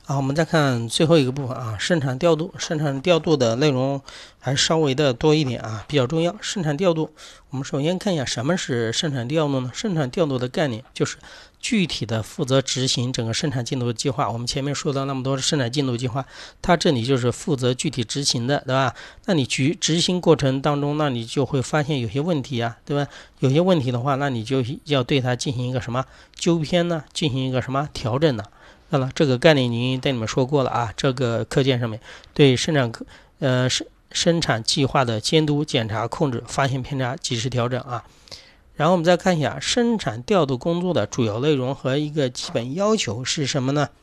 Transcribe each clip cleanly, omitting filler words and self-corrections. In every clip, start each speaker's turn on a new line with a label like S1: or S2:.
S1: 好，我们再看最后一个部分啊，生产调度。生产调度的内容还稍微的多一点啊，比较重要。生产调度，我们首先看一下什么是生产调度呢？生产调度的概念就是具体的负责执行整个生产进度计划。我们前面说到那么多生产进度计划，它这里就是负责具体执行的，对吧？那你执行过程当中，那你就会发现有些问题啊，对吧？有些问题的话，那你就要对它进行一个什么纠偏呢？进行一个什么调整呢？这个概念已经对你们说过了啊，这个课件上面对生产计划的监督、检查、控制，发现偏差及时调整啊。然后我们再看一下生产调度工作的主要内容和一个基本要求是什么呢？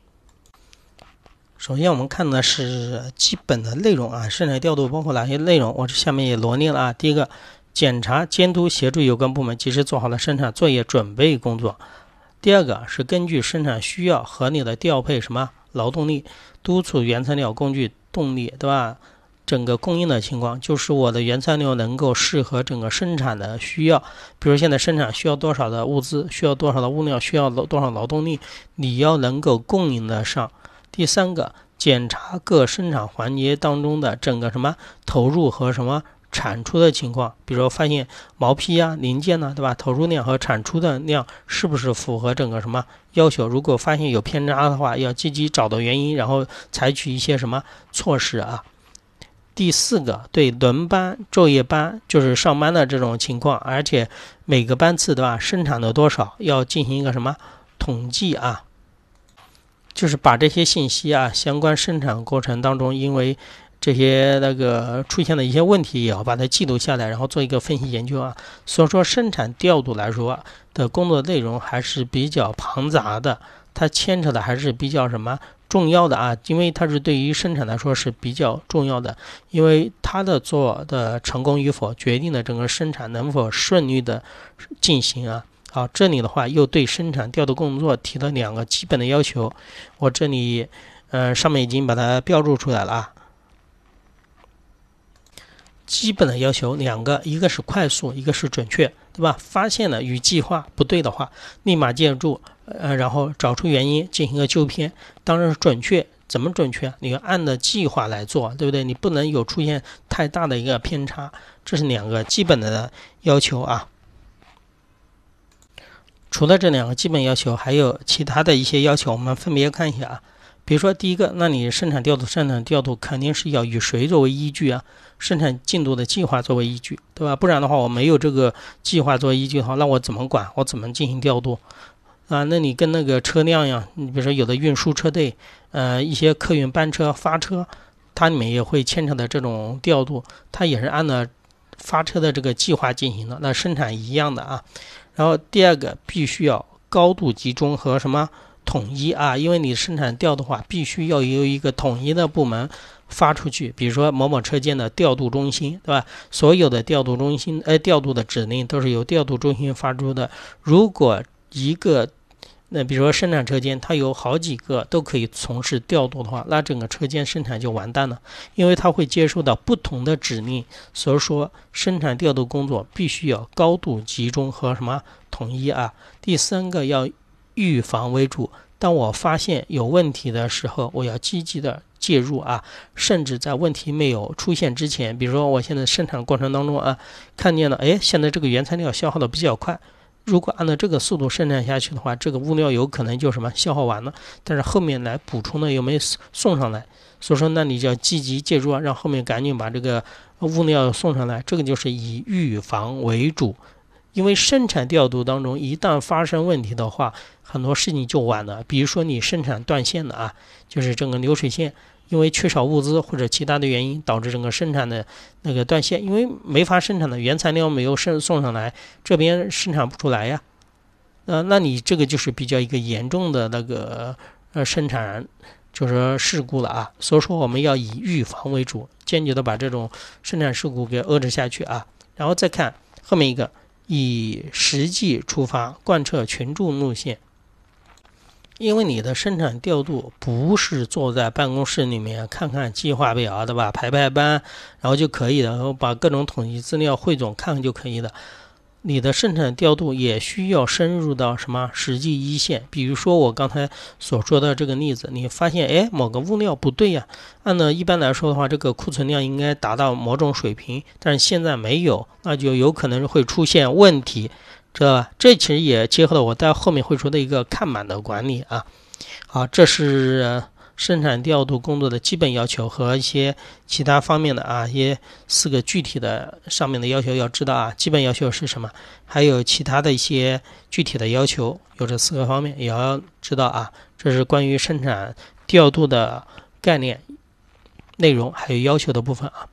S1: 首先我们看的是基本的内容啊，生产调度包括哪些内容？我这下面也罗列了啊。第一个，检查、监督、协助有关部门及时做好了生产作业准备工作。第二个是根据生产需要合理的调配劳动力，督促原材料、工具、动力，对吧？整个供应的情况，就是我的原材料能够适合整个生产的需要。比如现在生产需要多少的物资，需要多少的物料，需要多少劳动力，你要能够供应得上。第三个，检查各生产环节当中的整个投入和产出的情况，比如说发现毛坯啊、零件呢，对吧？投入量和产出的量是不是符合整个要求？如果发现有偏差的话，要积极找到原因，然后采取一些措施啊。第四个，对轮班、昼夜班，就是上班的这种情况，而且每个班次对吧，生产的多少要进行一个统计啊，就是把这些信息啊，相关生产过程当中，因为这些出现的一些问题也要把它记录下来，然后做一个分析研究啊。所以说生产调度来说的工作内容还是比较庞杂的，它牵扯的还是比较重要的啊，因为它是对于生产来说是比较重要的，因为它的做的成功与否决定了整个生产能否顺利的进行啊。好，这里的话又对生产调度工作提了两个基本的要求，我这里上面已经把它标注出来了啊。基本的要求两个，一个是快速，一个是准确，对吧？发现了与计划不对的话，立马介入，然后找出原因，进行一个纠偏。当然准确，怎么准确？你要按照计划来做，对不对？你不能有出现太大的一个偏差，这是两个基本的要求啊。除了这两个基本要求，还有其他的一些要求，我们分别看一下啊。比如说第一个，那你生产调度肯定是要以谁作为依据啊？生产进度的计划作为依据，对吧？不然的话，我没有这个计划作为依据的话，那我怎么管？我怎么进行调度啊？那你跟那个车辆呀，你比如说有的运输车队，一些客运班车、发车，它里面也会牵扯的这种调度，它也是按照发车的这个计划进行的，那生产一样的啊。然后第二个，必须要高度集中和统一啊，因为你生产调的话，必须要有一个统一的部门发出去，比如说某某车间的调度中心，对吧？所有的调度的指令都是由调度中心发出的。如果比如说生产车间，它有好几个都可以从事调度的话，那整个车间生产就完蛋了，因为它会接收到不同的指令。所以说，生产调度工作必须要高度集中和统一啊。第三个，要预防为主。当我发现有问题的时候，我要积极的介入啊，甚至在问题没有出现之前，比如说我现在生产过程当中啊，看见了，现在这个原材料消耗的比较快。如果按照这个速度生产下去的话，这个物料有可能就消耗完了，但是后面来补充的又没送上来，所以说那你就要积极介入啊，让后面赶紧把这个物料送上来，这个就是以预防为主。因为生产调度当中一旦发生问题的话，很多事情就晚了。比如说你生产断线了啊，就是整个流水线因为缺少物资或者其他的原因导致整个生产的断线，因为没法生产的原材料没有送上来，这边生产不出来呀。那你这个就是比较一个严重的生产就是事故了啊。所以说我们要以预防为主，坚决的把这种生产事故给遏制下去啊。然后再看后面一个，以实际出发，贯彻群众路线。因为你的生产调度不是坐在办公室里面看看计划表，对吧？排班，然后就可以的，然后把各种统计资料汇总看看就可以的。 你的生产调度也需要深入到什么实际一线。比如说我刚才所说的这个例子，你发现某个物料不对呀，按照一般来说的话，这个库存量应该达到某种水平，但是现在没有，那就有可能会出现问题，知道吧？这其实也结合了我在后面会说的一个看满的管理啊。好，这是生产调度工作的基本要求和一些其他方面的一些4个具体的上面的要求要知道基本要求是什么，还有其他的一些具体的要求，有这4个方面也要知道这是关于生产调度的概念、内容还有要求的部分